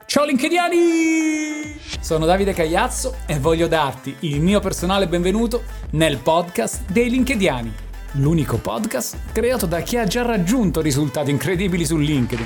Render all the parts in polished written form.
Ciao LinkedIani! Sono Davide Cagliazzo e voglio darti il mio personale benvenuto nel podcast dei LinkedIani, l'unico podcast creato da chi ha già raggiunto risultati incredibili su LinkedIn.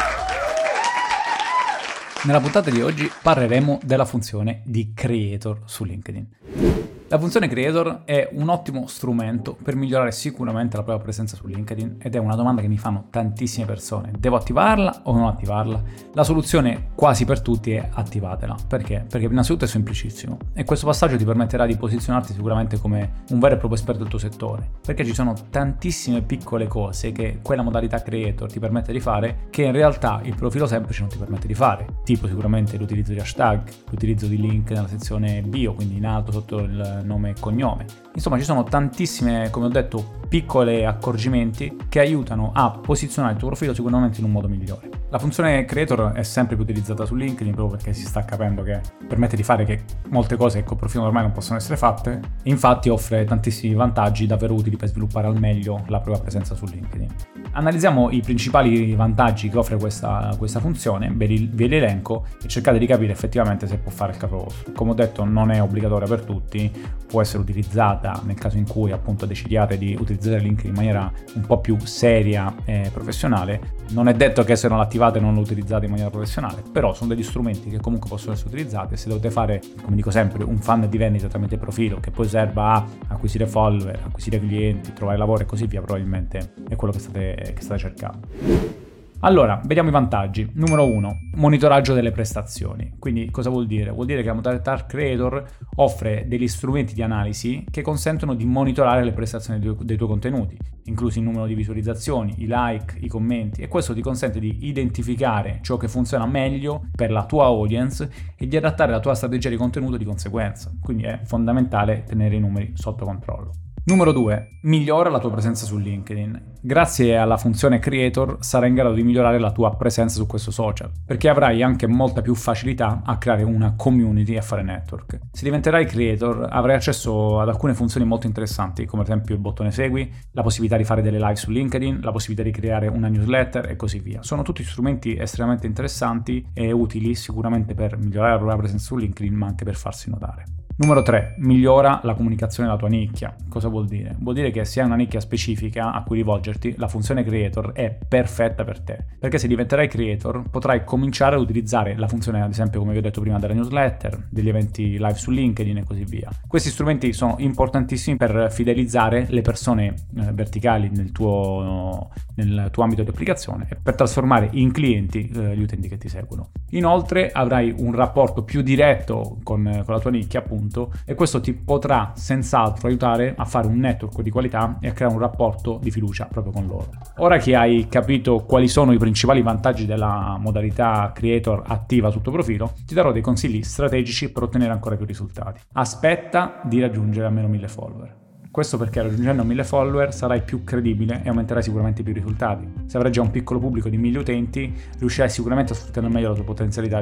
Nella puntata di oggi parleremo della funzione di Creator su LinkedIn. La funzione Creator è un ottimo strumento per migliorare sicuramente la propria presenza su LinkedIn ed è una domanda che mi fanno tantissime persone. Devo attivarla o non attivarla? La soluzione quasi per tutti è attivatela. Perché? Perché innanzitutto è semplicissimo e questo passaggio ti permetterà di posizionarti sicuramente come un vero e proprio esperto del tuo settore, perché ci sono tantissime piccole cose che quella modalità Creator ti permette di fare che in realtà il profilo semplice non ti permette di fare, tipo sicuramente l'utilizzo di hashtag, l'utilizzo di link nella sezione bio, quindi in alto sotto il nome e cognome. Insomma, ci sono tantissime, come ho detto, piccole accorgimenti che aiutano a posizionare il tuo profilo sicuramente in un modo migliore. La funzione Creator è sempre più utilizzata su LinkedIn proprio perché si sta capendo che permette di fare che molte cose che col profilo normale non possono essere fatte e infatti offre tantissimi vantaggi davvero utili per sviluppare al meglio la propria presenza su LinkedIn. Analizziamo i principali vantaggi che offre questa funzione, ve li elenco e cercate di capire effettivamente se può fare il caso vostro. Come ho detto, non è obbligatoria per tutti, può essere utilizzata nel caso in cui appunto decidiate di utilizzare LinkedIn in maniera un po' più seria e professionale. Non è detto che se non l'attivate non lo utilizzate in maniera professionale, però sono degli strumenti che comunque possono essere utilizzati e se dovete fare, come dico sempre, un funnel di vendita tramite profilo che poi serva a acquisire follower, acquisire clienti, trovare lavoro e così via, probabilmente è quello che state cercando. Allora, vediamo i vantaggi. Numero 1, monitoraggio delle prestazioni. Quindi cosa vuol dire? Vuol dire che la modalità Creator offre degli strumenti di analisi che consentono di monitorare le prestazioni dei tuoi contenuti, inclusi il numero di visualizzazioni, i like, i commenti, e questo ti consente di identificare ciò che funziona meglio per la tua audience e di adattare la tua strategia di contenuto di conseguenza. Quindi è fondamentale tenere i numeri sotto controllo. Numero 2, migliora la tua presenza su LinkedIn. Grazie alla funzione Creator sarai in grado di migliorare la tua presenza su questo social, perché avrai anche molta più facilità a creare una community e a fare network. Se diventerai Creator avrai accesso ad alcune funzioni molto interessanti, come ad esempio il bottone segui, la possibilità di fare delle live su LinkedIn, la possibilità di creare una newsletter e così via. Sono tutti strumenti estremamente interessanti e utili sicuramente per migliorare la propria presenza su LinkedIn, ma anche per farsi notare. Numero 3, migliora la comunicazione della tua nicchia. Cosa vuol dire? Vuol dire che se hai una nicchia specifica a cui rivolgerti, la funzione Creator è perfetta per te. Perché se diventerai Creator, potrai cominciare ad utilizzare la funzione, ad esempio, come vi ho detto prima, della newsletter, degli eventi live su LinkedIn e così via. Questi strumenti sono importantissimi per fidelizzare le persone verticali nel tuo ambito di applicazione e per trasformare in clienti gli utenti che ti seguono. Inoltre avrai un rapporto più diretto con la tua nicchia, appunto, e questo ti potrà senz'altro aiutare a fare un network di qualità e a creare un rapporto di fiducia proprio con loro. Ora che hai capito quali sono i principali vantaggi della modalità Creator attiva sul tuo profilo, ti darò dei consigli strategici per ottenere ancora più risultati. Aspetta di raggiungere almeno 1000 follower. Questo perché raggiungendo 1000 follower sarai più credibile e otterrai sicuramente più risultati. Se avrai già un piccolo pubblico di 1000 utenti, riuscirai sicuramente a sfruttare meglio la tua potenzialità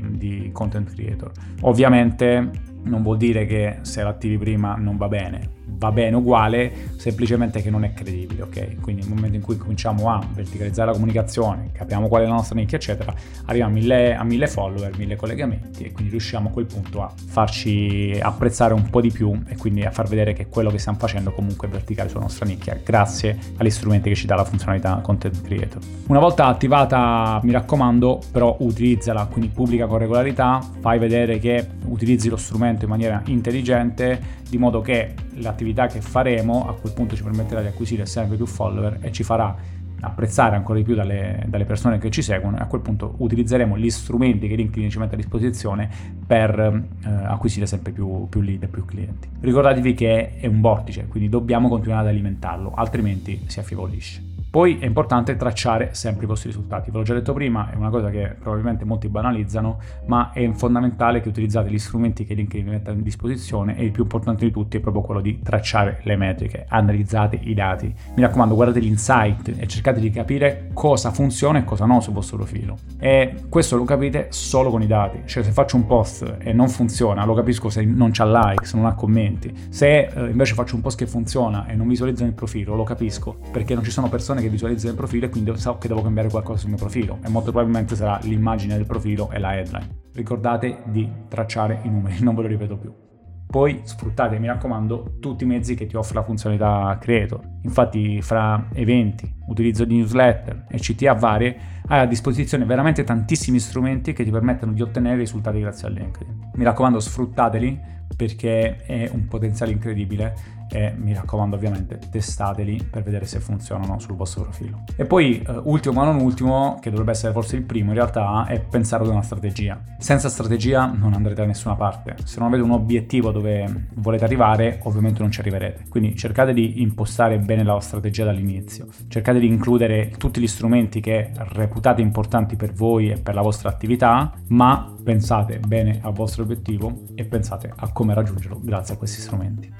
di content creator. Ovviamente non vuol dire che se l'attivi prima non va bene uguale, semplicemente che non è credibile, ok? Quindi nel momento in cui cominciamo a verticalizzare la comunicazione, capiamo qual è la nostra nicchia, eccetera, arriviamo a 1000 follower, 1000 collegamenti e quindi riusciamo a quel punto a farci apprezzare un po' di più e quindi a far vedere che quello che stiamo facendo comunque è verticale sulla nostra nicchia, grazie agli strumenti che ci dà la funzionalità Content Creator. Una volta attivata, mi raccomando, però utilizzala, quindi pubblica con regolarità, fai vedere che utilizzi lo strumento in maniera intelligente, di modo che l'attività che faremo a quel punto ci permetterà di acquisire sempre più follower e ci farà apprezzare ancora di più dalle persone che ci seguono, e a quel punto utilizzeremo gli strumenti che LinkedIn ci mette a disposizione per acquisire sempre più lead e più clienti. Ricordatevi che è un vortice, quindi dobbiamo continuare ad alimentarlo, altrimenti si affievolisce. Poi è importante tracciare sempre i vostri risultati. Ve l'ho già detto prima, è una cosa che probabilmente molti banalizzano, ma è fondamentale che utilizzate gli strumenti che LinkedIn vi mette a disposizione, e il più importante di tutti è proprio quello di tracciare le metriche, analizzate i dati. Mi raccomando, guardate gli insight e cercate di capire cosa funziona e cosa no sul vostro profilo. E questo lo capite solo con i dati. Cioè, se faccio un post e non funziona, lo capisco se non c'ha like, se non ha commenti. Se invece faccio un post che funziona e non visualizzano il profilo, lo capisco perché non ci sono persone che visualizza il profilo e quindi so che devo cambiare qualcosa sul mio profilo, e molto probabilmente sarà l'immagine del profilo e la headline. Ricordate di tracciare i numeri, non ve lo ripeto più. Poi sfruttate, mi raccomando, tutti i mezzi che ti offre la funzionalità Creator. Infatti, fra eventi, utilizzo di newsletter e CTA varie, hai a disposizione veramente tantissimi strumenti che ti permettono di ottenere risultati grazie a LinkedIn. Mi raccomando, sfruttateli perché è un potenziale incredibile, e mi raccomando ovviamente testateli per vedere se funzionano sul vostro profilo. E poi ultimo ma non ultimo, che dovrebbe essere forse il primo in realtà, è pensare ad una strategia. Senza strategia non andrete da nessuna parte. Se non avete un obiettivo dove volete arrivare, ovviamente non ci arriverete. Quindi cercate di impostare bene la strategia dall'inizio, cercate di includere tutti gli strumenti che reputate importanti per voi e per la vostra attività, ma pensate bene al vostro obiettivo e pensate a come raggiungerlo grazie a questi strumenti.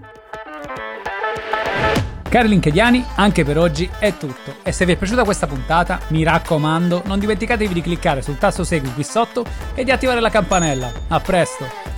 Cari LinkedIniani, anche per oggi è tutto, e se vi è piaciuta questa puntata, mi raccomando, non dimenticatevi di cliccare sul tasto segui qui sotto e di attivare la campanella. A presto!